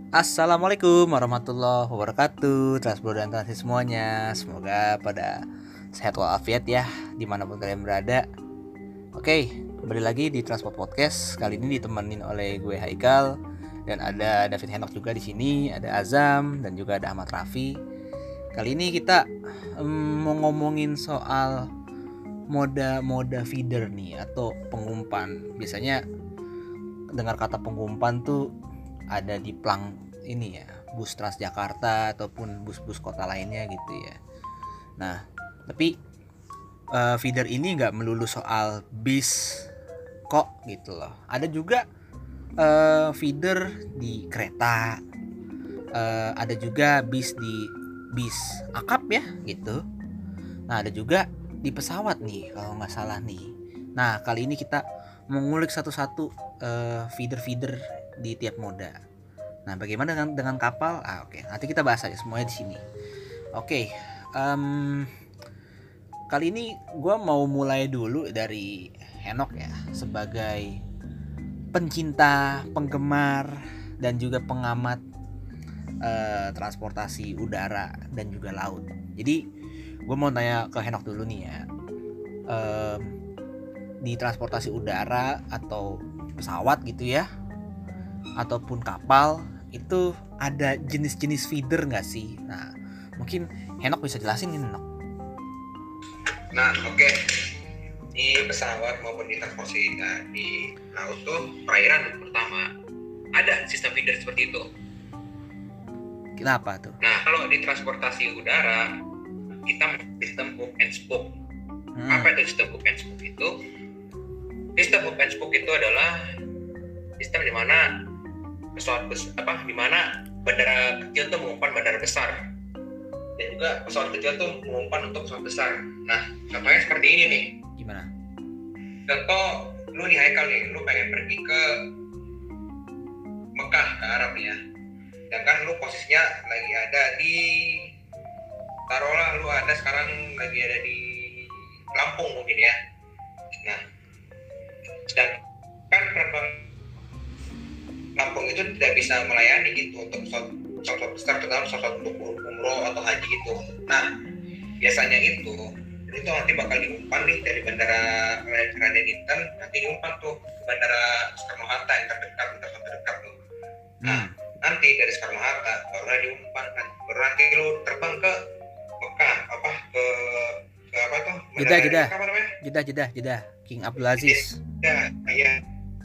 Assalamualaikum warahmatullahi wabarakatuh, Transpro dan Transit semuanya. Semoga pada sehat walafiat ya dimanapun kalian berada. Oke, kembali lagi di Transport Podcast. Kali ini ditemenin oleh gue Haikal dan ada David Henok juga di sini, ada Azam dan juga ada Ahmad Raffi. Kali ini kita mau ngomongin soal moda feeder nih atau pengumpan. Biasanya dengar kata pengumpan tuh ada di plang ini ya, bus Transjakarta ataupun bus-bus kota lainnya gitu ya. Nah, tapi feeder ini nggak melulu soal bis kok gitu loh. Ada juga feeder di kereta, ada juga bis akap ya gitu. Nah, ada juga di pesawat nih kalau nggak salah nih. Nah, kali ini kita mengulik satu-satu feeder-feeder di tiap moda. Nah, bagaimana dengan kapal? Oke. Nanti kita bahas aja semuanya di sini. Oke. Kali ini gue mau mulai dulu dari Henok ya, sebagai pencinta, penggemar, dan juga pengamat transportasi udara dan juga laut. Jadi gue mau tanya ke Henok dulu nih ya. Di transportasi udara atau pesawat gitu ya, ataupun kapal, itu ada jenis-jenis feeder nggak sih? Nah, mungkin Henok bisa jelasin nih, Henok. Nah, oke. Di pesawat maupun di transportasi di laut tuh perairan pertama ada sistem feeder seperti itu. Kenapa tuh? Nah, kalau di transportasi udara kita sistem hub and spoke. Apa itu sistem hub and spoke itu? Sistem hub and spoke itu adalah sistem di mana di mana bandara kecil tuh mengumpan bandara besar, dan juga pesawat kecil tuh mengumpan untuk pesawat besar. Nah, contohnya seperti ini nih. Gimana? Contoh, lu nih Haikal nih, lu pengen pergi ke Mekah, ke Arab ya. Dan kan lu posisinya lagi ada di, taruhlah lu ada sekarang lagi ada di Lampung mungkin ya. Nah, sedangkan penerbangan Lampung itu tidak bisa melayani gitu untuk pesawat besar, terutama pesawat untuk umroh atau haji gitu. Nah, biasanya itu nanti bakal diumpan nih dari bandara Raden Inten, nanti diumpan tuh ke bandara Soekarno Hatta yang terdekat tuh. Nah, nanti dari Soekarno Hatta baru diumpan kan, baru nanti lu terbang ke Mekah, ke apa tuh? Jeddah. King Abdulaziz. Iya.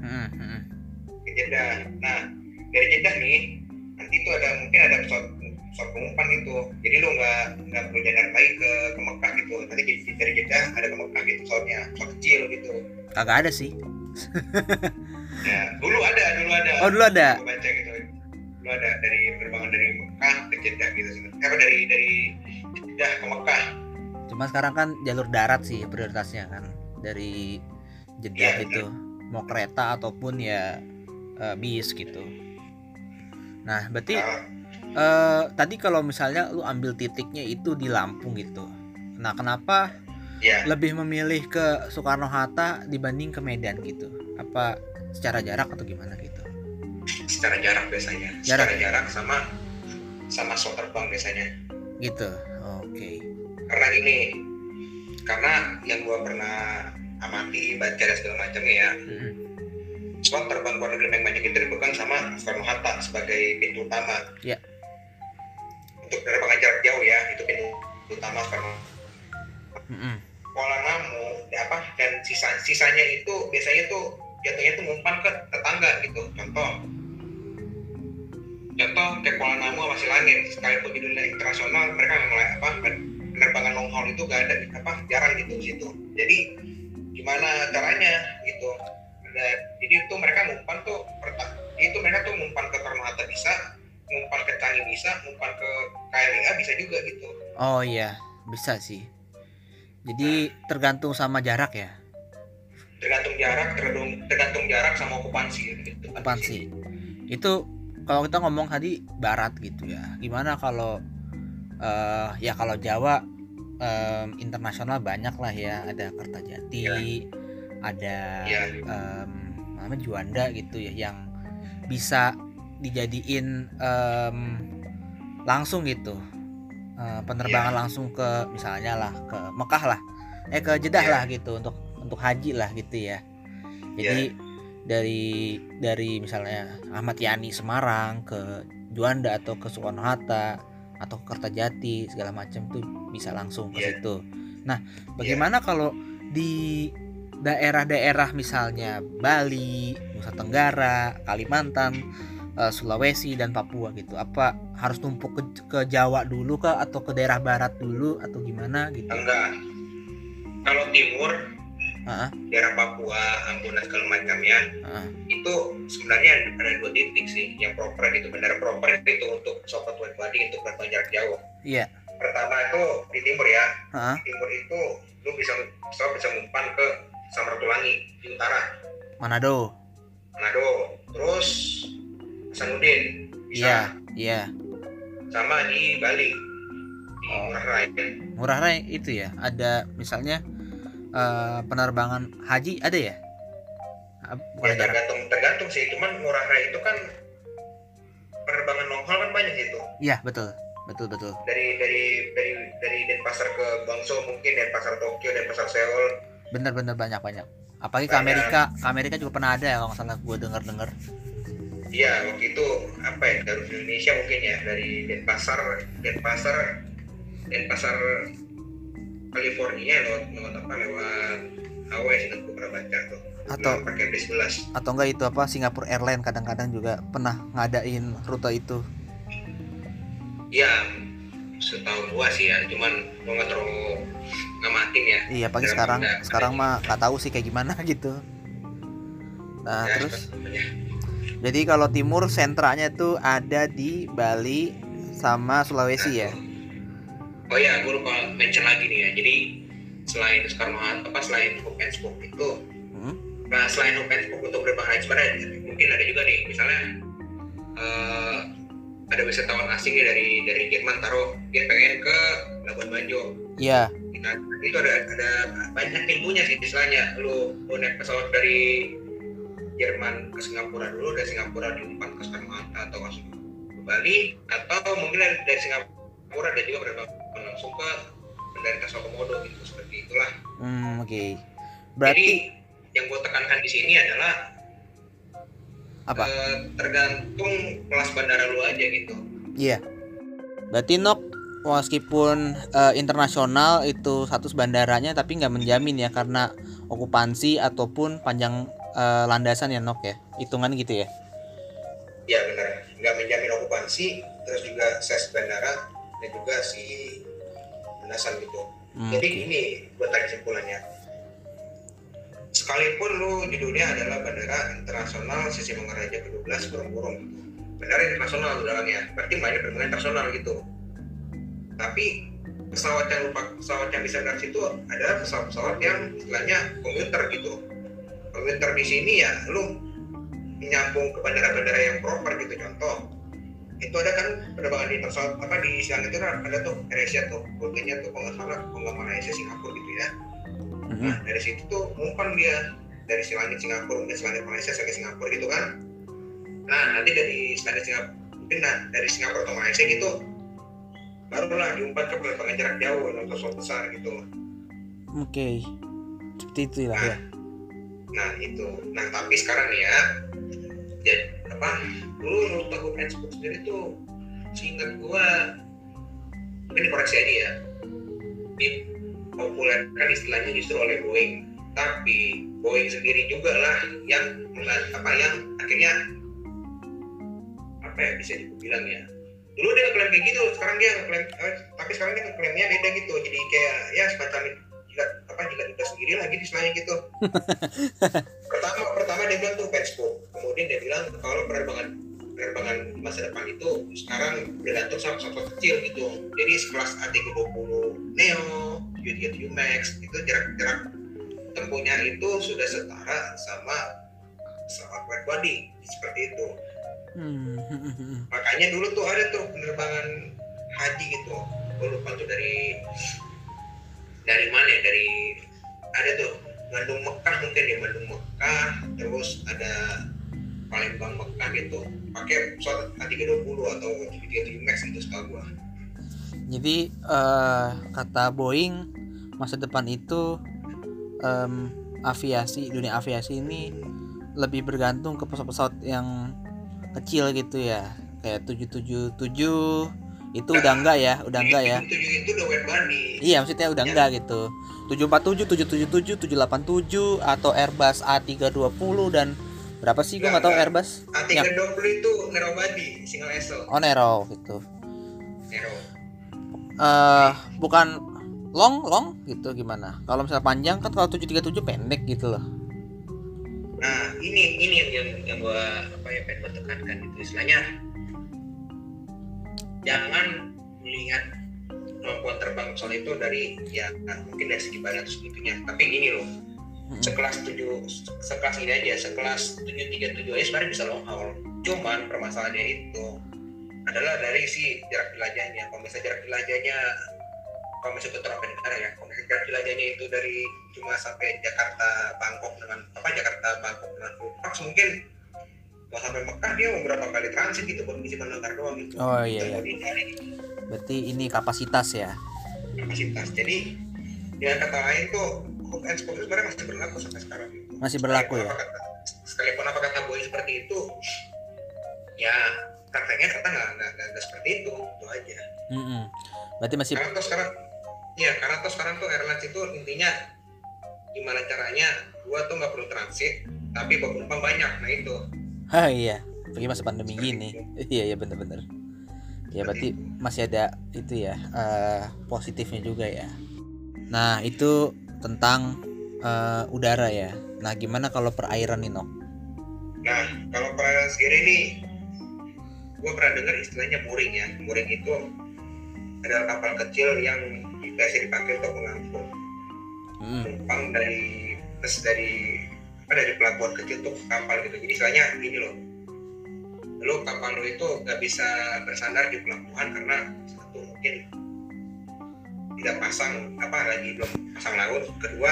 Ke Jeddah. Nah, dari Jeddah nih, nanti tuh mungkin ada pesawat pengumpan itu, jadi lu nggak perlu jalan lagi ke Mekah gitu. Nanti dari Jeddah ada ke Mekah gitu pesawatnya, pesawat kecil gitu. Kagak ada sih. Ya, dulu ada. Oh, dulu ada. Gue baca gitu. Dulu ada dari penerbangan dari Mekah ke Jeddah gitu. Dari Jeddah ke Mekah. Cuma sekarang kan jalur darat sih prioritasnya kan, dari Jeddah ya, itu mau kereta ataupun ya bis gitu. Nah, berarti tadi kalau misalnya lu ambil titiknya itu di Lampung gitu. Nah, kenapa lebih memilih ke Soekarno Hatta dibanding ke Medan gitu? Apa secara jarak atau gimana gitu? Secara jarak biasanya. Secara jarak sama slot terbang biasanya. Gitu. Oke. Karena yang gua pernah amati, baca dan segala macam ya. Slot terbang luar negeri yang banyak itu dipegang sama Soekarno Hatta sebagai pintu utama. Iya. Untuk penerbangan jarak jauh ya, itu pintu utama Soekarno. Kuala Namu dan sisanya itu biasanya tuh jatuhnya tuh ngumpan ke tetangga gitu. Contoh kayak Kuala Namu sama Silangit, sekalipun di dunia internasional mereka penerbangan long haul itu gak ada jarang gitu di situ. Jadi gimana caranya gitu? Jadi itu mereka ngumpan tuh ngumpan ke Soekarno Hatta bisa, ngumpan ke Canggih bisa, ngumpan ke KLIA bisa juga gitu. Oh iya, bisa sih. Jadi tergantung sama jarak ya. Tergantung jarak sama okupansi gitu. Okupansi. Itu kalau kita ngomong tadi barat gitu ya. Gimana kalau kalau Jawa internasional banyak lah ya, ada Kertajati, ada Juanda gitu ya, yang bisa dijadiin langsung gitu, penerbangan langsung ke misalnya lah ke Mekah lah, ke Jeddah lah gitu untuk haji lah gitu ya. Jadi dari misalnya Ahmad Yani Semarang ke Juanda atau ke Soekarno Hatta atau ke Kertajati segala macam tuh bisa langsung ke situ. Nah, bagaimana kalau di daerah-daerah misalnya Bali, Nusa Tenggara, Kalimantan, Sulawesi dan Papua gitu? Apa harus numpuk ke Jawa dulu kah atau ke daerah barat dulu atau gimana gitu? Enggak. Kalau timur, daerah Papua, Ambon dan segala macam ya, itu sebenarnya ada 2 titik sih yang proper gitu, bandara proper itu untuk sobat wide-body untuk penerbangan jarak jauh. Iya. Pertama itu di timur ya. Di timur itu lu bisa umpan ke Samratulangi di utara. Manado. Terus Hasanuddin bisa. Iya. Sama di Bali. Di Ngurah Rai. Ngurah Rai itu ya. Ada misalnya penerbangan haji ada ya? Ya tergantung sih. Cuman Ngurah Rai itu kan penerbangan long haul kan banyak itu. Iya, betul. Dari Denpasar ke Guangzhou mungkin, Denpasar Tokyo, Denpasar Seoul. Bener banyak. Apalagi ke Amerika juga pernah ada ya kalau nggak salah gue dengar. Iya, waktu itu dari Indonesia mungkin ya, dari Denpasar California lewat Hawaii sih gue pernah baca tuh. Atau pakai bis 11. Atau enggak itu Singapore Airlines kadang-kadang juga pernah ngadain rute itu. Iya, setahu gua sih ya, cuman gua nggak terlalu ngamatin ya. Iya, pagi sekarang mah nggak tahu sih kayak gimana gitu. Nah ya, terus jadi kalau timur sentranya tuh ada di Bali sama Sulawesi ya. Oh ya, gua lupa mention lagi nih ya. Jadi selain Soekarno Hatta, selain Hub and Spoke itu, nah selain Hub and Spoke untuk penerbangan sebenarnya mungkin ada juga nih, misalnya ada wisatawan asing dari Jerman dia pengen ke Labuan Bajo. Iya. Nah, itu ada banyak pintunya sih istilahnya. Lu naik pesawat dari Jerman ke Singapura dulu, dari Singapura diumpan ke Soekarno Hatta atau langsung ke Bali, atau mungkin dari Singapura ada juga penerbangan langsung ke Bandara Tasau Komodo gitu, seperti itulah. Oke. Berarti jadi yang gue tekankan di sini adalah tergantung kelas bandara lu aja gitu. Iya. Berarti Nok, meskipun internasional itu status bandaranya tapi nggak menjamin ya karena okupansi ataupun panjang landasan ya Nok ya, hitungan gitu ya? Iya benar, nggak menjamin okupansi, terus juga size bandara dan juga si landasan gitu. Jadi ini buat tarik kesimpulannya. Sekalipun lu di dunia adalah bandara internasional Sisi Mangaraja ke-12 Burung-Burung gitu. Bandara internasional lu dalamnya, berarti banyak penerbangan internasional gitu. Tapi pesawat yang bisa dari situ adalah pesawat yang istilahnya komuter gitu. Komuter di sini ya lu menyambung ke bandara-bandara yang proper gitu. Contoh, itu ada kan penerbangan di pesawat di Singapura ada tuh AirAsia tuh, rutenya tuh kalau nggak salah Malaysia Singapura gitu ya. Nah dari situ tuh umpan dia dari langit Singapura ke langit Malaysia sampai Singapura gitu kan. Nah nanti dari langit Singapura mungkin dari Singapura atau Malaysia gitu barulah diumpan ke penerbangan jarak jauh atau pesawat besar gitu. Oke. Seperti itu lah ya. Nah itu. Nah tapi sekarang nih ya, jadi dulu rute Hub and Spoke sendiri tuh seingat gua mungkin dikoreksi aja ya, dipopulerkan istilahnya justru oleh Boeing, tapi Boeing sendiri juga lah yang akhirnya bisa dibilang ya, dulu dia ngeklaim kayak gitu, sekarang dia ngeklaim tapi sekarang dia ngeklaimnya beda gitu, jadi kayak ya semacam jika kita sendiri lagi istilahnya gitu. pertama dia bilang tuh Hub and Spoke, kemudian dia bilang kalau penerbangan masa depan itu sekarang bergantung sama pesawat kecil gitu, jadi sekelas A320 Neo, U-37 Max itu jarak tempuhnya itu sudah setara sama pesawat wide body seperti itu. Makanya dulu tuh ada tuh penerbangan haji gitu, gue lupa tuh dari mana ya, ada tuh Bandung Mekah mungkin ya, Bandung Mekah, terus ada Palembang Mekah gitu pakai pesawat A320 atau 737 Max gitu setahu gua. Jadi kata Boeing masa depan itu dunia aviasi ini lebih bergantung ke pesawat-pesawat yang kecil gitu ya, kayak 777 itu udah enggak ya. 777 itu udah wide body. Iya, maksudnya udah enggak gitu. 747, 777, 787 atau Airbus A320 dan berapa sih gua enggak tahu Airbus. A320 itu narrow body, single aisle. Oh, narrow gitu. Narrow. Bukan long gitu gimana? Kalau misalnya panjang kan kalau 737 pendek gitu loh. Nah, ini yang gua pengen tekankan itu istilahnya jangan melihat kemampuan terbang pesawat itu dari mungkin dari segi badan atau segitunya, tapi gini loh, sekelas ini aja, sekelas 737 aja sebenarnya bisa long haul, cuman permasalahannya itu adalah dari si jarak jelajahnya. Kalau misalnya jarak jelajahnya, kalau misalnya keterapkan negara ya, kalau misalnya jarak jelajahnya itu dari cuma sampai Jakarta Bangkok dengan Max, mungkin mau sampai Mekah dia mau berapa kali transit gitu buat ngisi bandar doang gitu. Oh iya. Berarti ini kapasitas ya. Kapasitas. Jadi dengan kata lain tuh hub and spoke sebenarnya masih berlaku sampai sekarang. Masih berlaku ya. Sekalipun apa kata Boeing seperti itu, ya prakteknya kata nggak seperti itu aja. Berarti masih. Karena sekarang tuh airlines itu intinya gimana caranya gua tuh nggak perlu transit tapi bawa penumpang banyak. Nah itu. Iya, bagi masa pandemi gini. Iya benar-benar. Ya berarti masih ada itu ya, positifnya juga ya. Nah itu tentang udara ya. Nah gimana kalau perairan nih, Nok? Nah kalau perairan sendiri nih, gue pernah dengar istilahnya mooring ya. Mooring itu adalah kapal kecil yang biasa dipakai untuk mengangkut penumpang dari pelabuhan kecil tuh kapal gitu. Jadi istilahnya gini loh, lo kapal lo itu nggak bisa bersandar di pelabuhan karena satu mungkin tidak belum pasang laut, kedua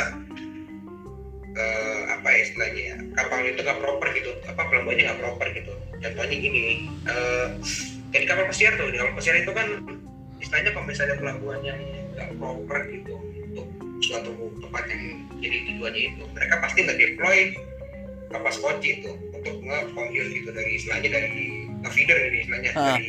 istilahnya ya, kapal itu nggak proper gitu, pelabuhannya nggak proper gitu. Contohnya gini, kayak di kapal pesiar tuh, di kapal pesiar itu kan istilahnya kalau misalnya pelabuhan yang nggak proper gitu untuk suatu tempat yang jadi tujuannya itu, mereka pasti nggak deploy kapal skoci itu untuk nge-commute gitu dari feeder ini istilahnya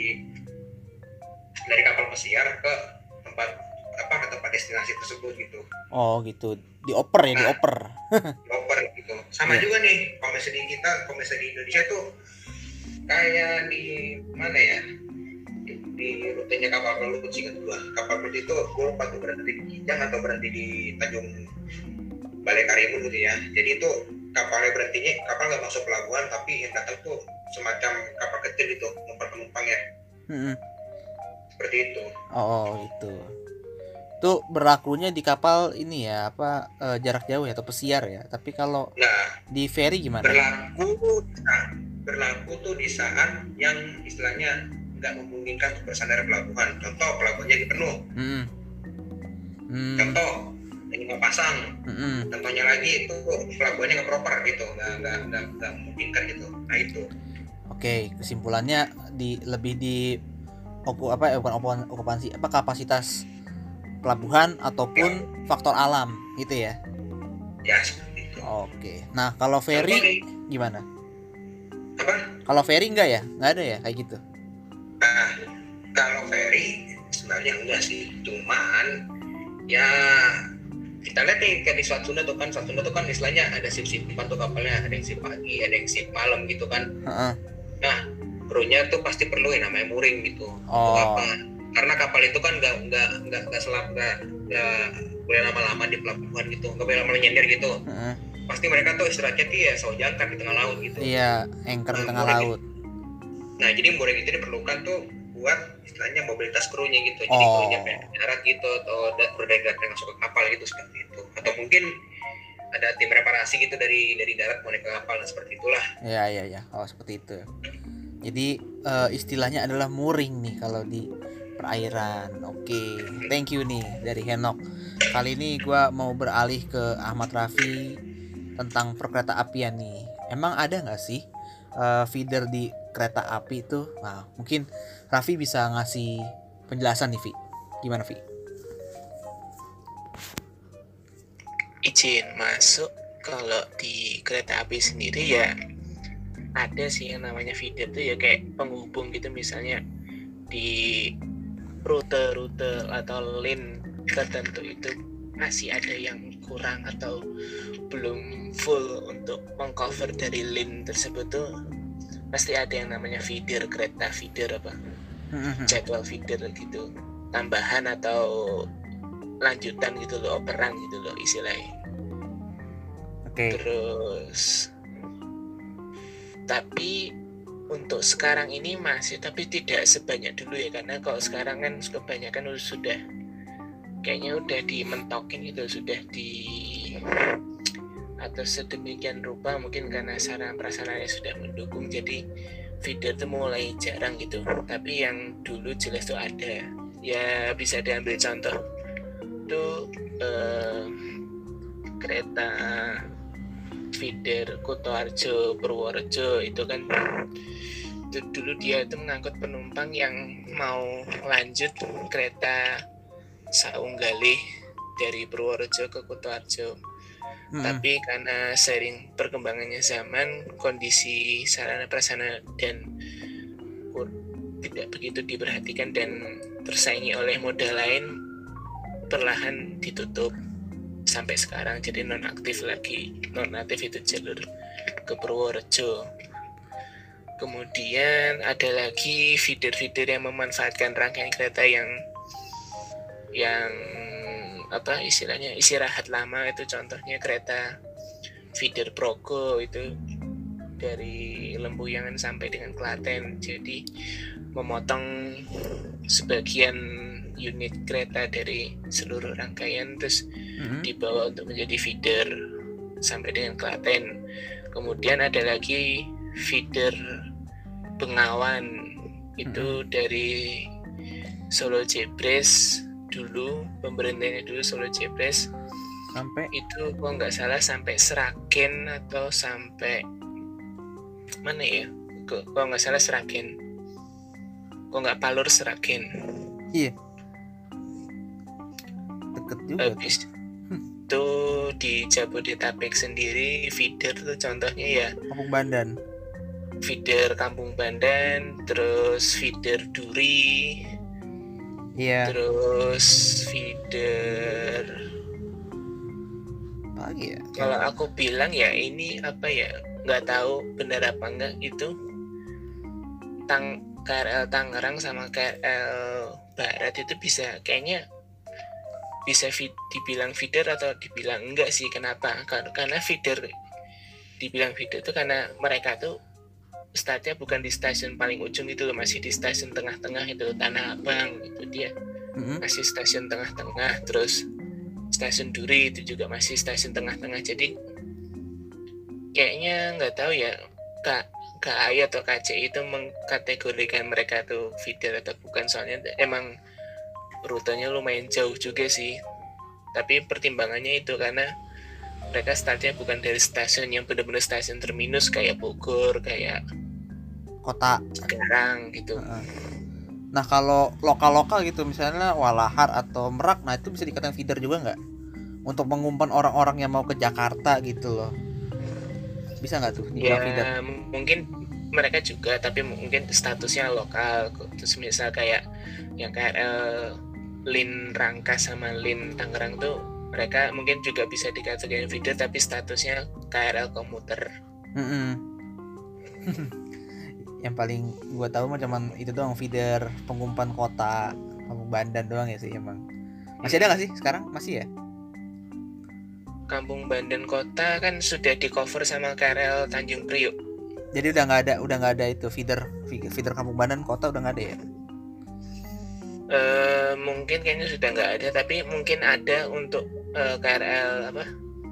dari kapal pesiar ke tempat destinasi tersebut gitu. Oh gitu, dioper dioper gitu. Sama juga nih kalau misalnya di Indonesia tuh kayak di mana ya, di rutenya kapal pelaut singkat gua. Kapal pelaut itu gua lupa tuh berhenti di Kijang atau berhenti di Tanjung Balai Karimun gitu ya. Jadi itu kapal nggak masuk pelabuhan, tapi yang datang tuh semacam kapal kecil gitu, penumpangnya. Seperti itu. Oh itu. Itu berlakunya di kapal ini ya, jarak jauh ya atau pesiar ya. Tapi kalau di ferry gimana? Berlaku tuh di saat yang istilahnya nggak memungkinkan untuk bersandar pelabuhan. Contoh pelabuhannya penuh. Contoh ini nggak pasang. Contohnya lagi itu pelabuhannya nggak proper gitu, nggak memungkinkan gitu. Nah itu. Oke, kesimpulannya lebih di okupansi kapasitas pelabuhan ataupun faktor alam gitu ya. Ya seperti itu. Oke. Nah kalau ferry gimana? Apa? Kalau ferry enggak ya? Nggak ada ya kayak gitu? Nah kalau ferry sebenarnya enggak sih, cuman ya kita lihat nih kayak di Selat Sunda tuh kan istilahnya ada sip-sipan tuh kapalnya, ada yang sip pagi, ada yang sip malam gitu kan. Nah krunya tuh pasti perlu yang namanya mooring gitu. Untuk apa? Karena kapal itu kan nggak boleh lama-lama di pelabuhan gitu, nggak boleh lama nyender gitu. Pasti mereka tuh istirahatnya tuh ya saw jangkar di tengah laut gitu. Iya, anchor di tengah laut. Nah jadi mooring itu diperlukan tuh buat istilahnya mobilitas krunya gitu. Jadi krunya pengen darat gitu atau berdarat masuk ke kapal gitu seperti itu. Atau mungkin ada tim reparasi gitu dari darat mau naik ke kapal, seperti itulah. Iya. Oh seperti itu. Jadi istilahnya adalah mooring nih kalau di perairan. Oke, thank you nih dari Henok. Kali ini gue mau beralih ke Ahmad Raffi tentang perkereta apian nih. Emang ada nggak sih feeder di kereta api itu. Nah, mungkin Raffi bisa ngasih penjelasan nih, Vi. Gimana, Vi? Izin masuk. Kalau di kereta api sendiri ya ada sih yang namanya feeder tuh ya kayak penghubung gitu, misalnya di rute-rute atau lane tertentu itu masih ada yang kurang atau belum full untuk mengcover dari lane tersebut tuh pasti ada yang namanya feeder, kereta feeder apa jadwal feeder gitu, tambahan atau lanjutan gitu loh, operan gitu loh istilahnya. Terus tapi untuk sekarang ini masih, tapi tidak sebanyak dulu ya, karena kalau sekarang kan kebanyakan sudah kayaknya udah dimentokin gitu, sudah di atau sedemikian rupa mungkin karena sarana prasarannya sudah mendukung, jadi feeder tuh mulai jarang gitu. Tapi yang dulu jelas tuh ada, ya bisa diambil contoh tuh kereta feeder Kutoarjo Purworejo itu kan itu dulu dia itu mengangkut penumpang yang mau lanjut kereta Saunggalih dari Purworejo ke Kutoarjo. Tapi karena seiring perkembangannya zaman, kondisi sarana prasarana dan tidak begitu diperhatikan dan tersaingi oleh moda lain, perlahan ditutup sampai sekarang, jadi nonaktif itu jalur ke Purworejo. Kemudian ada lagi feeder-feeder yang memanfaatkan rangkaian kereta yang apa istilahnya istirahat lama, itu contohnya kereta feeder Progo itu dari Lempuyangan sampai dengan Klaten, jadi memotong sebagian unit kereta dari seluruh rangkaian terus dibawa untuk menjadi feeder sampai dengan Klaten. Kemudian ada lagi feeder Bengawan itu dari Solo Jebres dulu, pemerintahnya dulu Solo Jebres sampai itu kok nggak salah sampai Sragen atau sampai mana ya, kok nggak salah Sragen, kok nggak Palur Sragen. Iya, deket juga. Habis itu di Jabodetabek sendiri feeder tuh contohnya ya Kampung Bandan, feeder Kampung Bandan, terus feeder Duri, iya, terus feeder pagi ya. kalau aku bilang ya ini apa ya, nggak tahu benar apa enggak, itu KRL Tangerang sama KRL Barat itu bisa kayaknya bisa dibilang feeder atau dibilang enggak sih. Kenapa? Karena feeder, dibilang feeder itu karena mereka tuh startnya bukan di stasiun paling ujung itu loh, masih di stasiun tengah-tengah itu, Tanah Abang itu dia masih stasiun tengah-tengah. Terus stasiun Duri itu juga masih stasiun tengah-tengah. Jadi kayaknya nggak tahu ya KAI atau KCI itu mengkategorikan mereka tuh feeder atau bukan, soalnya emang rutenya lumayan jauh juga sih. Tapi pertimbangannya itu karena mereka startnya bukan dari stasiun yang benar-benar stasiun terminus kayak Bogor, kayak kota Cikarang gitu. Nah, kalau lokal-lokal gitu misalnya Walahar atau Merak, nah itu bisa dikatakan feeder juga nggak? Untuk mengumpan orang-orang yang mau ke Jakarta gitu loh. Bisa nggak tuh dibilang feeder? Ya mungkin mereka juga, tapi mungkin statusnya lokal. Terus misal kayak yang KRL Lin Rangkas sama Lin Tangerang tuh mereka mungkin juga bisa dikategorikan feeder tapi statusnya KRL komuter. Yang paling gua tahu mah cuman itu doang, feeder pengumpan kota Kampung Bandan doang ya sih emang. Masih ada nggak sih sekarang? Masih ya? Kampung Bandan kota kan sudah di cover sama KRL Tanjung Priok. Jadi udah nggak ada itu feeder Kampung Bandan kota udah nggak ada ya? Mungkin kayaknya sudah nggak ada, tapi mungkin ada untuk KRL apa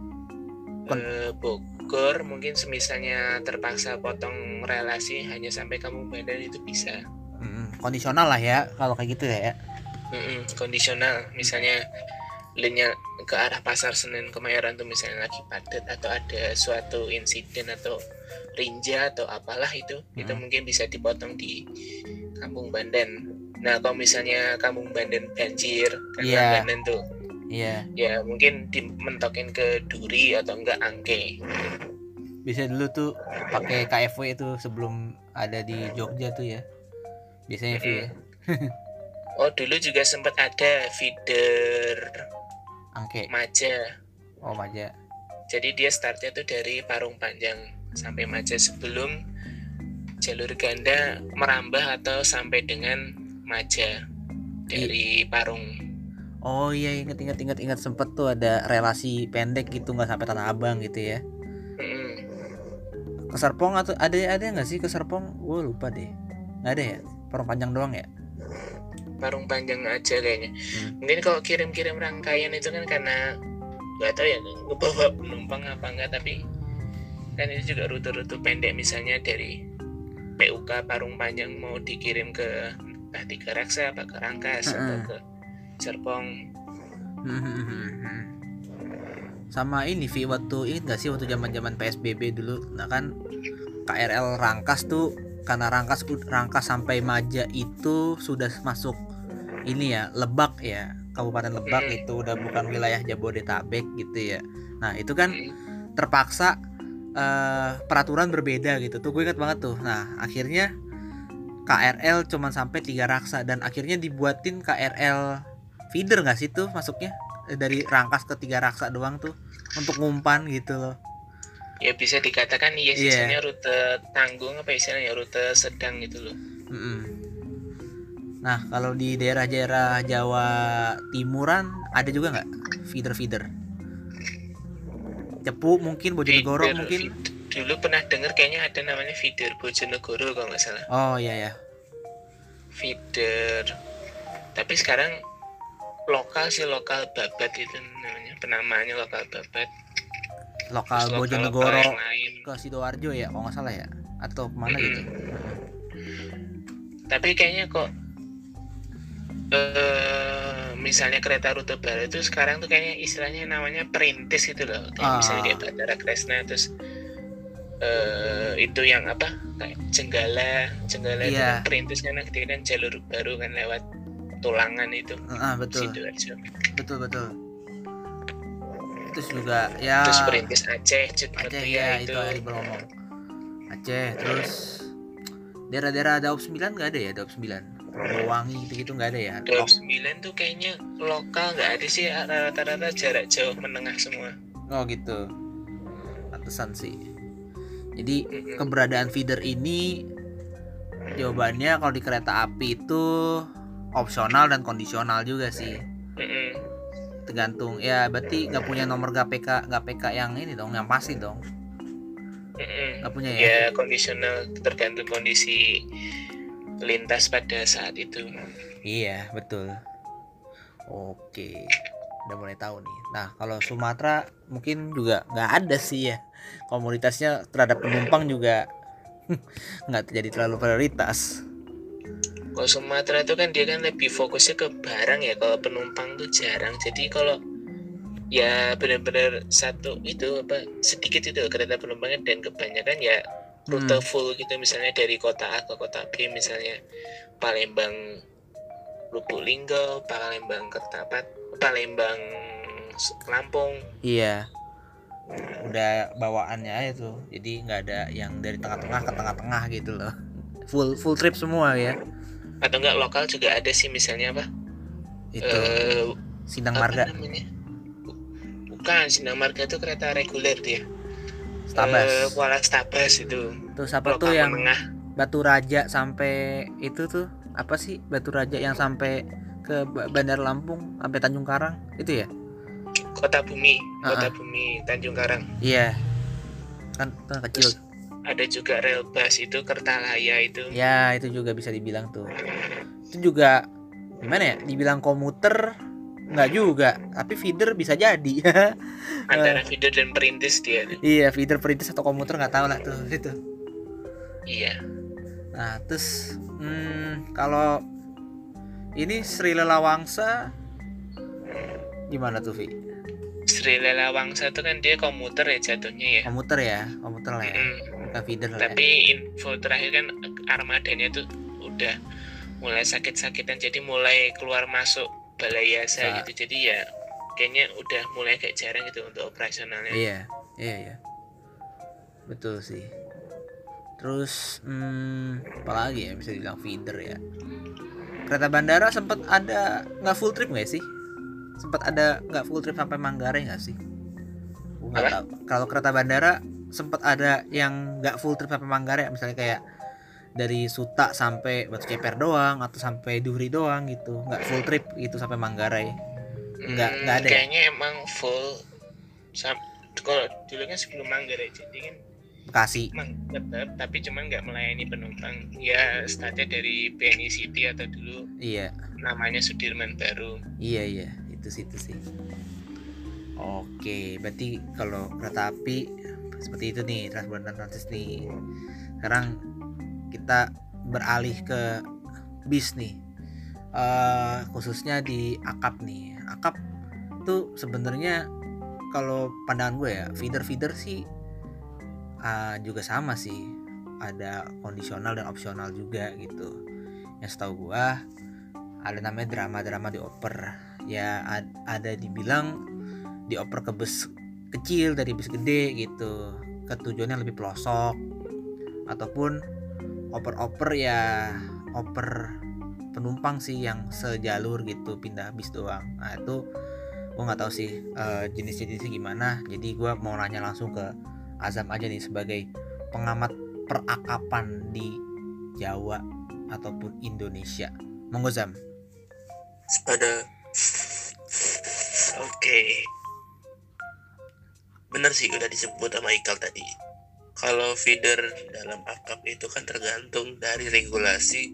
Bogor, mungkin semisalnya terpaksa potong relasi hanya sampai Kampung Bandan itu bisa. Kondisional lah ya kalau kayak gitu ya. Kondisional, misalnya linnya ke arah Pasar Senen Kemayoran tuh misalnya lagi padat atau ada suatu insiden atau Rinja atau apalah itu Mm-mm. mungkin bisa dipotong di Kampung Bandan. Nah kalau misalnya Kampung Bandan banjir kan Iya, langganan tuh, iya. ya mungkin dimentokin ke Duri atau enggak Angke. Bisa dulu tuh pakai KFW itu sebelum ada di Jogja tuh ya. Biasanya Vi ya. Mm-mm. Oh dulu juga sempat ada feeder Angke. Maja. Oh, Maja. Jadi dia startnya tuh dari Parung Panjang sampai Maja sebelum jalur ganda merambah atau sampai dengan Maja dari Parung. Oh iya, inget sempet tuh ada relasi pendek gitu, nggak sampai Tanah Abang gitu ya. Mm-mm. Ke Serpong atau ada nggak sih ke Serpong? Gue lupa deh. Nggak ada ya? Parung Panjang doang ya? Parung Panjang aja kayaknya. Mungkin kalau kirim-kirim rangkaian itu kan karena nggak tahu ya ngebawa penumpang apa enggak, tapi kan itu juga rute-rute pendek, misalnya dari PUK Parung Panjang mau dikirim ke entah Tiga Raksa apa ke Rangkas atau ke Serpong. Sama ini Vi, waktu ini nggak sih waktu zaman PSBB dulu, nah kan KRL Rangkas tuh, karena Rangkas sampai Maja itu sudah masuk ini ya, Lebak ya, Kabupaten Lebak itu udah bukan wilayah Jabodetabek gitu ya. Nah itu kan terpaksa peraturan berbeda gitu tuh, gue ingat banget tuh. Nah akhirnya KRL cuman sampai Tiga Raksa dan akhirnya dibuatin KRL feeder nggak sih tuh masuknya dari Rangkas ke Tiga Raksa doang tuh untuk ngumpan gitu loh. Ya bisa dikatakan iya sisanya rute tanggung apa istilahnya, rute sedang gitu loh. Nah kalau di daerah-daerah Jawa Timuran ada juga nggak feeder? Cepu mungkin, Bojonegoro Feeder, mungkin. dulu pernah dengar kayaknya ada namanya feeder Bojonegoro kalau nggak salah. Oh iya. Feeder. Tapi sekarang lokal Babat itu namanya, penamaannya lokal Babat. Lokal Terus Bojonegoro lain. ke Sidoarjo ya kalau nggak salah ya, atau kemana gitu. Tapi kayaknya kok misalnya kereta rute baru itu sekarang tuh kayaknya istilahnya namanya perintis gitu loh, kayak misalnya kayak Bandara Kresna, terus itu yang apa kayak Jenggala itu kan perintis karena ketika kan jalur baru kan lewat Tulangan itu. Betul. Sidoarjo. Betul. Terus juga ya. Terus perintis Aceh ya itu yang ngomong. Aceh, terus daerah-daerah Daop 9 nggak ada ya, Daop 9. Probowangi gitu-gitu nggak ada ya. Daop 9 tuh kayaknya lokal nggak ada sih, rata-rata jarak jauh menengah semua. Oh gitu. Pantesan sih. Jadi keberadaan feeder ini jawabannya kalau di kereta api itu opsional dan kondisional juga sih. Tergantung ya, berarti nggak punya nomor GPK yang ini dong, yang pasti dong. Nggak punya ya? Ya kondisional, tergantung kondisi lintas pada saat itu. Iya betul. Oke, udah mulai tahu nih. Nah kalau Sumatera mungkin juga nggak ada sih ya, komunitasnya terhadap penumpang juga nggak jadi terlalu prioritas. Kalau Sumatera itu kan dia kan lebih fokusnya ke barang ya, kalau penumpang tuh jarang. Jadi kalau ya benar-benar satu itu apa sedikit itu kereta penumpangnya, dan kebanyakan ya rute full gitu, misalnya dari kota A ke kota B, misalnya Palembang Lubuk Linggau, Palembang Kertapat, Palembang Lampung. Iya, udah bawaannya aja tuh, jadi nggak ada yang dari tengah-tengah ke tengah-tengah gitu loh, full trip semua ya. Atau enggak lokal juga ada sih, misalnya apa itu Sindang Marga. Bukan, Sindang Marga itu kereta reguler dia. Stabas. Kuala Stabas itu. Terus apa tuh yang menengah. Batu Raja sampai itu tuh apa sih, Batu Raja yang sampai ke Bandar Lampung sampai Tanjung Karang itu ya? Kota Bumi Tanjung Karang. Iya. Kan kecil. Terus ada juga rel bus itu Kertalaya itu. Ya itu juga bisa dibilang tuh. Itu juga gimana ya? Dibilang komuter nggak juga, tapi feeder bisa jadi. Antara feeder dan perintis dia. Iya, feeder, perintis atau komuter nggak tahu lah tuh itu. Iya. Nah terus kalau ini Sri Lelawangsa gimana tuh Vi? Sri Lelawangsa itu kan dia komuter ya jatuhnya ya. Komuter lah ya. Bukan feeder lah ya. Tapi info terakhir kan armadanya tuh udah mulai sakit-sakitan, jadi mulai keluar masuk balai yasa gitu. Jadi ya kayaknya udah mulai kayak jarang gitu untuk operasionalnya. Iya. Betul sih. Terus apalagi ya bisa dibilang feeder ya. Kereta bandara sempat ada nggak full trip nggak sih? Sempat ada nggak full trip sampai Manggarai nggak sih? Nggak tahu. Kalau kereta bandara sempat ada yang nggak full trip sampai Manggarai, misalnya kayak dari Suta sampai Batu Ceper doang atau sampai Duri doang gitu, nggak full trip gitu sampai Manggarai. Nggak ada. Kayaknya emang full. Kalau dulu kan sebelum Manggarai jadi kan Bekasi. Tetap, tapi cuman nggak melayani penumpang. Ya startnya dari BNI City atau dulu. Iya. Namanya Sudirman Baru. Iya itu sih. Oke, berarti kalau kereta api seperti itu nih, Transbudaya Transis nih. Sekarang kita beralih ke bis nih, khususnya di akap nih. Akap tuh sebenarnya kalau pandangan gue ya, feeder sih juga sama sih, ada kondisional dan opsional juga gitu. Yang setahu gue ada namanya drama dioper ya, ada dibilang dioper ke bus kecil dari bus gede gitu, ke tujuannya lebih pelosok, ataupun oper ya oper penumpang sih yang sejalur gitu, pindah bis doang. Nah itu gue nggak tahu sih jenisnya gimana, jadi gue mau nanya langsung ke Azam aja nih sebagai pengamat perakapan di Jawa ataupun Indonesia. Monggo Zam. Oke. Bener sih udah disebut sama Ikal tadi. Kalau feeder dalam akap itu kan tergantung dari regulasi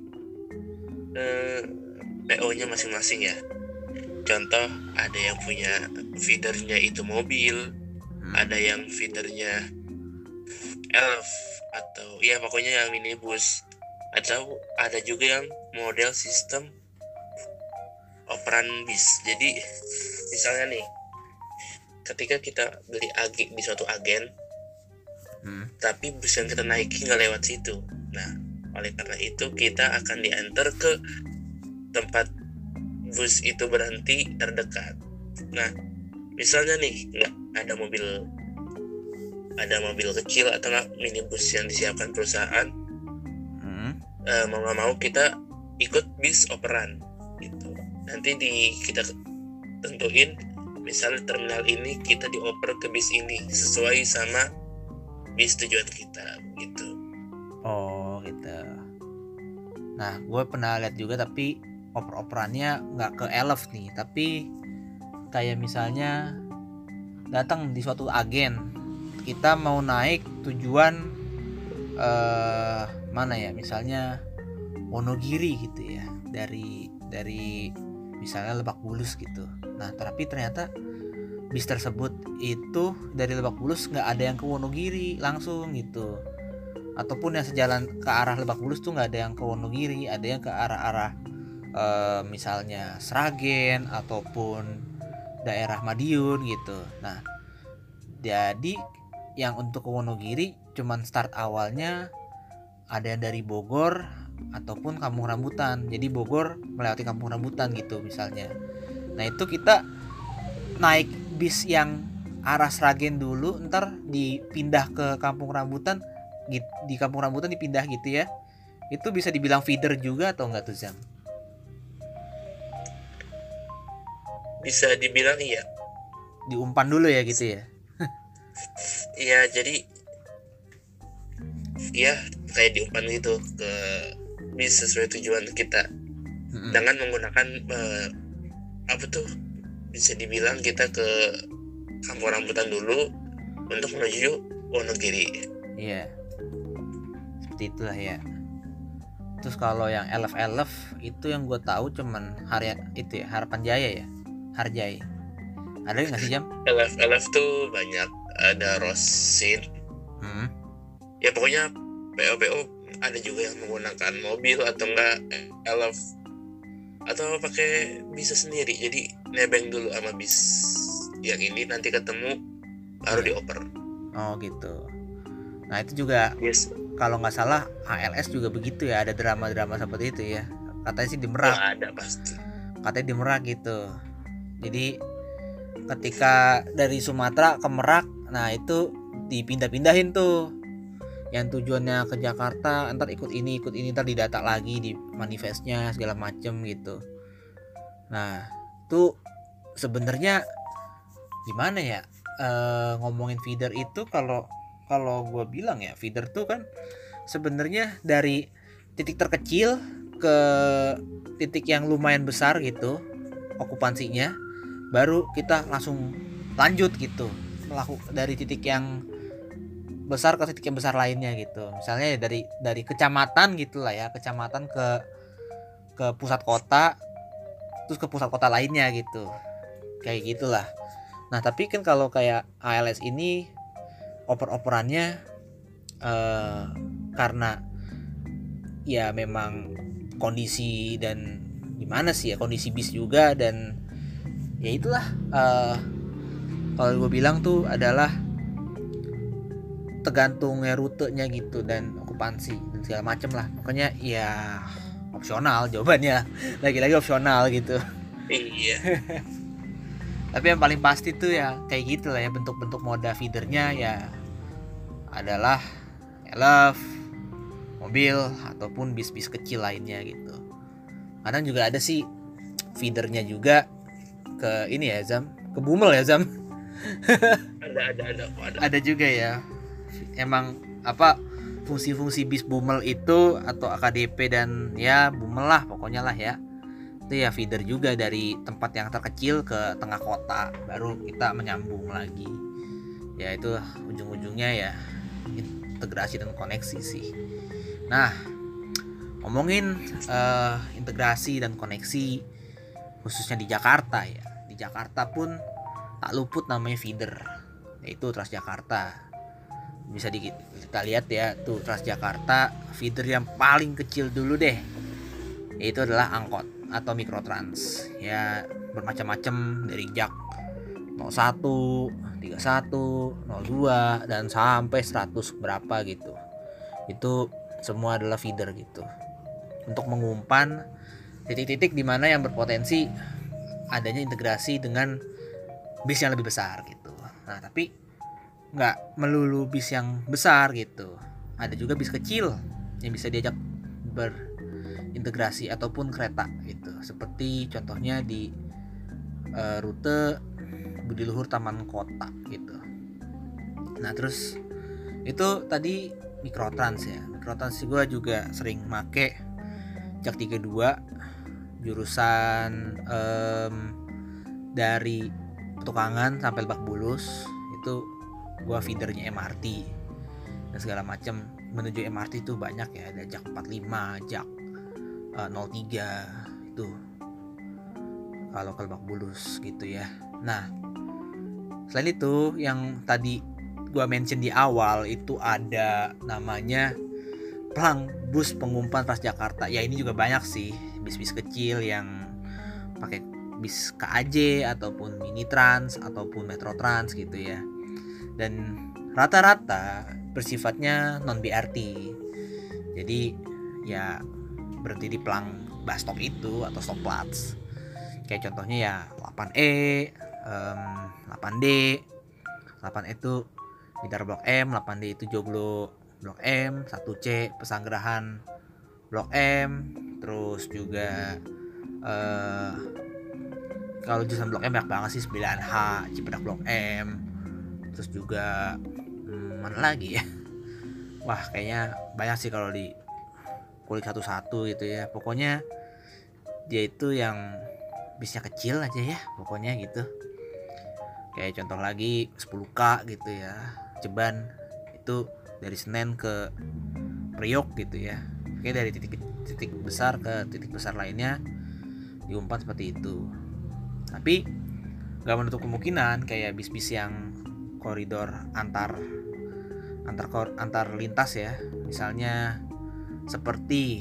PO-nya masing-masing ya. Contoh, ada yang punya feedernya itu mobil, ada yang feedernya elf, atau ya pokoknya yang minibus, atau ada juga yang model sistem operan bis. Jadi misalnya nih, ketika kita beli di suatu agen, tapi bus yang kita naiki nggak lewat situ. Nah, oleh karena itu kita akan diantar ke tempat bus itu berhenti terdekat. Nah, misalnya nih nggak ada mobil kecil atau nggak minibus yang disiapkan perusahaan, mau nggak mau kita ikut bis operan gitu. Nanti kita tentuin, misalnya terminal ini kita dioper ke bis ini sesuai sama bis tujuan kita gitu. Oh gitu. Nah, gue pernah lihat juga, tapi operannya nggak ke elf nih, tapi kayak misalnya datang di suatu agen, kita mau naik tujuan mana ya, misalnya Wonogiri gitu ya, dari misalnya Lebak Bulus gitu. Nah tapi ternyata bis tersebut itu dari Lebak Bulus nggak ada yang ke Wonogiri langsung gitu, ataupun yang sejalan ke arah Lebak Bulus tuh nggak ada yang ke Wonogiri, ada yang ke arah misalnya Sragen ataupun daerah Madiun gitu. Nah jadi yang untuk ke Wonogiri cuman start awalnya ada yang dari Bogor ataupun Kampung Rambutan, jadi Bogor melewati Kampung Rambutan gitu misalnya. Nah itu kita naik bis yang arah Sragen dulu, ntar dipindah ke Kampung Rambutan, di Kampung Rambutan dipindah gitu ya. Itu bisa dibilang feeder juga atau enggak tuh Zam? Bisa dibilang iya. Diumpan dulu ya gitu ya. Iya, jadi ya kayak diumpan gitu ke bis sesuai tujuan kita. Dengan menggunakan bisa dibilang kita ke Kampung Rambutan dulu untuk menuju Wonogiri. Iya, seperti itulah ya. Terus kalau yang elf itu yang gue tahu cuman Harapan Jaya ya, Harjai. Ada nggak sih Jam? Elf tuh banyak, ada Rosin. Ya pokoknya PO ada juga yang menggunakan mobil atau enggak elf, atau pakai bis sendiri, jadi nebeng dulu sama bis yang ini nanti ketemu baru dioper. Oh gitu. Nah itu juga Yes. kalau nggak salah ALS juga begitu ya, ada drama-drama seperti itu ya. Katanya sih di Oh, Merak, ada pasti. katanya di Merak gitu. Jadi ketika dari Sumatera ke Merak, nah itu dipindah-pindahin tuh. Yang tujuannya ke Jakarta, ntar ikut ini, ntar didata lagi di manifestnya segala macem gitu. Nah itu sebenarnya gimana ya, ngomongin feeder itu kalau gue bilang ya, feeder tuh kan sebenarnya dari titik terkecil ke titik yang lumayan besar gitu okupansinya, baru kita langsung lanjut gitu dari titik yang besar ke titik yang besar lainnya gitu. Misalnya ya dari kecamatan gitulah ya, kecamatan ke pusat kota, terus ke pusat kota lainnya gitu, kayak gitulah. Nah tapi kan kalau kayak ALS ini oper-operannya karena ya memang kondisi dan gimana sih ya, kondisi bis juga, dan ya itulah kalau gue bilang tuh adalah tergantungnya rutenya gitu dan okupansi dan segala macem lah. Pokoknya ya opsional jawabannya, lagi-lagi opsional gitu. Iya. Tapi yang paling pasti tuh ya kayak gitu lah ya, bentuk-bentuk moda feedernya ya adalah elf, mobil, ataupun bis-bis kecil lainnya gitu. Kadang juga ada sih feedernya juga ke ini ya Zam, ke Bumel ya Zam. Ada. Ada juga ya. Emang apa fungsi-fungsi bis Bumel itu atau AKDP dan ya Bumel lah pokoknya lah ya. Itu ya feeder juga dari tempat yang terkecil ke tengah kota, baru kita menyambung lagi. Ya itu ujung-ujungnya ya integrasi dan koneksi sih. Nah, ngomongin integrasi dan koneksi khususnya di Jakarta ya. Di Jakarta pun tak luput namanya feeder, yaitu Transjakarta. Bisa kita lihat ya tuh Transjakarta, feeder yang paling kecil dulu deh, yaitu adalah angkot atau mikrotrans. Ya bermacam-macam dari jak 01, 31, 02 dan sampai 100 berapa gitu. Itu semua adalah feeder gitu, untuk mengumpan titik-titik di mana yang berpotensi adanya integrasi dengan bis yang lebih besar gitu. Nah tapi nggak melulu bis yang besar gitu, ada juga bis kecil yang bisa diajak berintegrasi ataupun kereta gitu, seperti contohnya di rute Budi Luhur Taman Kota gitu. Nah terus itu tadi mikrotrans ya. Mikrotrans gue juga sering make jak 32 jurusan dari Petukangan sampai Lebak Bulus, itu gue feedernya MRT dan segala macam. Menuju MRT itu banyak ya, ada jak 45, jak 03 itu kalau ke Lebak Bulus gitu ya. Nah selain itu yang tadi gue mention di awal itu ada namanya Plang, bus pengumpan Transjakarta. Ya ini juga banyak sih bis-bis kecil yang pakai bis KAJ ataupun mini trans ataupun metro trans gitu ya. Dan rata-rata bersifatnya non BRT. Jadi ya berhenti di Plang bus stop itu atau stop Platz. Kayak contohnya ya 8E, 8D. 8E itu Bidar Blok M, 8D itu Joglo Blok M, 1C Pesanggerahan Blok M, terus juga kalau jurusan Blok M banyak banget sih, 9H Cipedak Blok M, terus juga mana lagi ya, wah kayaknya banyak sih kalau di kulik satu-satu gitu ya. Pokoknya dia itu yang bisnya kecil aja ya pokoknya gitu. Kayak contoh lagi 10K gitu ya, Ceban itu dari Senen ke Priok gitu ya. Oke, dari titik besar ke titik besar lainnya diumpan seperti itu. Tapi nggak menutup kemungkinan kayak bis-bis yang koridor antar lintas ya. Misalnya seperti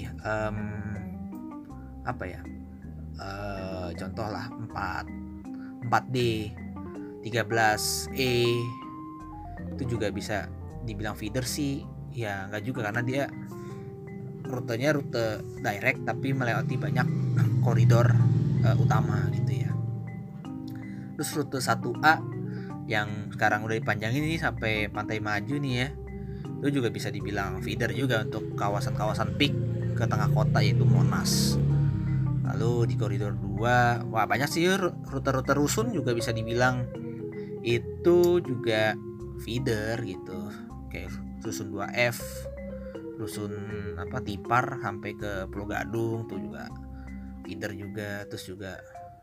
contoh lah 4D 13E itu juga bisa dibilang feeder sih. Ya nggak juga, karena dia rutenya rute direct tapi melewati banyak koridor utama gitu ya. Terus rute 1A yang sekarang udah dipanjangin ini sampai Pantai Maju nih ya, itu juga bisa dibilang feeder juga untuk kawasan-kawasan peak ke tengah kota, yaitu Monas. Lalu di koridor 2, wah banyak sih rute-rute rusun juga bisa dibilang itu juga feeder gitu, kayak rusun 2F, rusun Tipar sampai ke Pulau Gadung tuh juga feeder juga. Terus juga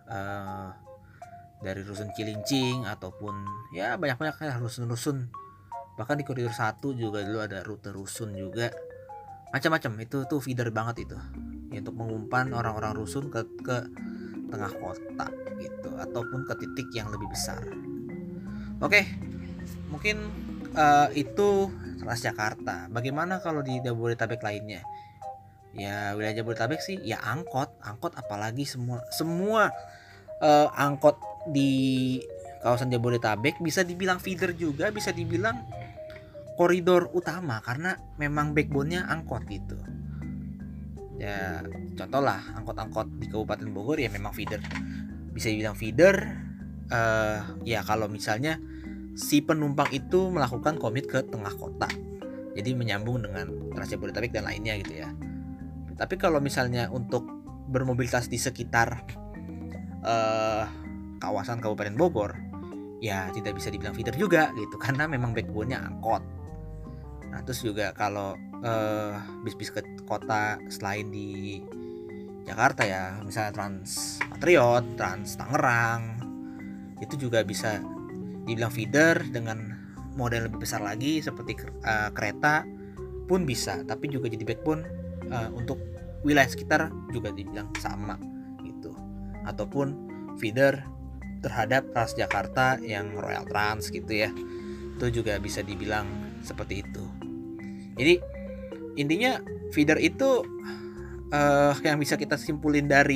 dari rusun Cilincing ataupun ya banyak-banyak kan rusun-rusun. Bahkan di koridor 1 juga dulu ada rute rusun juga, macam-macam. Itu tuh feeder banget itu ya, untuk mengumpan orang-orang rusun ke tengah kota gitu, ataupun ke titik yang lebih besar. Oke, mungkin itu Transjakarta. Bagaimana kalau di Jabodetabek lainnya? Ya wilayah Jabodetabek sih ya angkot apalagi semua angkot di kawasan Jabodetabek bisa dibilang feeder juga, bisa dibilang koridor utama, karena memang backbone-nya angkot gitu. Ya contoh lah angkot-angkot di Kabupaten Bogor ya memang feeder, bisa dibilang feeder ya kalau misalnya si penumpang itu melakukan komit ke tengah kota, jadi menyambung dengan Trans Jabodetabek dan lainnya gitu ya. Tapi kalau misalnya untuk bermobilitas di sekitar kawasan Kabupaten Bogor ya tidak bisa dibilang feeder juga gitu, karena memang backbone-nya angkot. Nah terus juga kalau bis-bis ke kota selain di Jakarta ya, misalnya Trans Patriot, Trans Tangerang, itu juga bisa dibilang feeder dengan model lebih besar lagi seperti kereta pun bisa, tapi juga jadi backbone untuk wilayah sekitar juga dibilang sama gitu. Ataupun feeder terhadap Transjakarta yang Royal Trans gitu ya, itu juga bisa dibilang seperti itu. Jadi intinya feeder itu yang bisa kita simpulin dari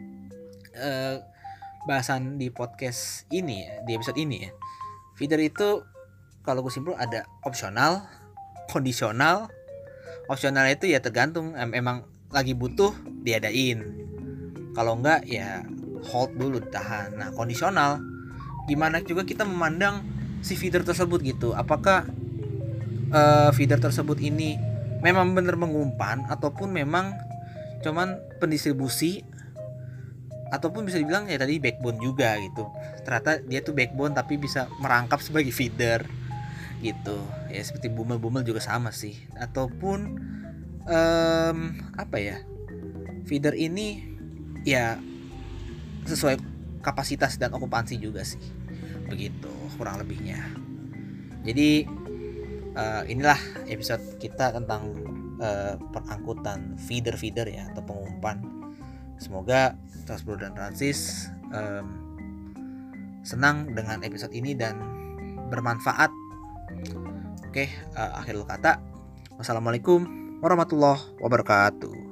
bahasan di podcast ini ya, di episode ini ya, feeder itu kalau gue simpul ada opsional, kondisional. Opsional itu ya tergantung emang lagi butuh diadain, kalau enggak ya hold dulu, ditahan. Nah kondisional gimana juga kita memandang si feeder tersebut gitu, apakah feeder tersebut ini memang benar mengumpan ataupun memang cuman pendistribusi, ataupun bisa dibilang ya tadi backbone juga gitu. Ternyata dia tuh backbone tapi bisa merangkap sebagai feeder gitu ya, seperti Bumel juga sama sih. Ataupun feeder ini ya sesuai kapasitas dan okupansi juga sih, begitu kurang lebihnya. Jadi inilah episode kita tentang perangkutan feeder ya atau pengumpan. Semoga Transbro dan Transis senang dengan episode ini dan bermanfaat. Oke, akhirul kata, wassalamualaikum warahmatullahi wabarakatuh.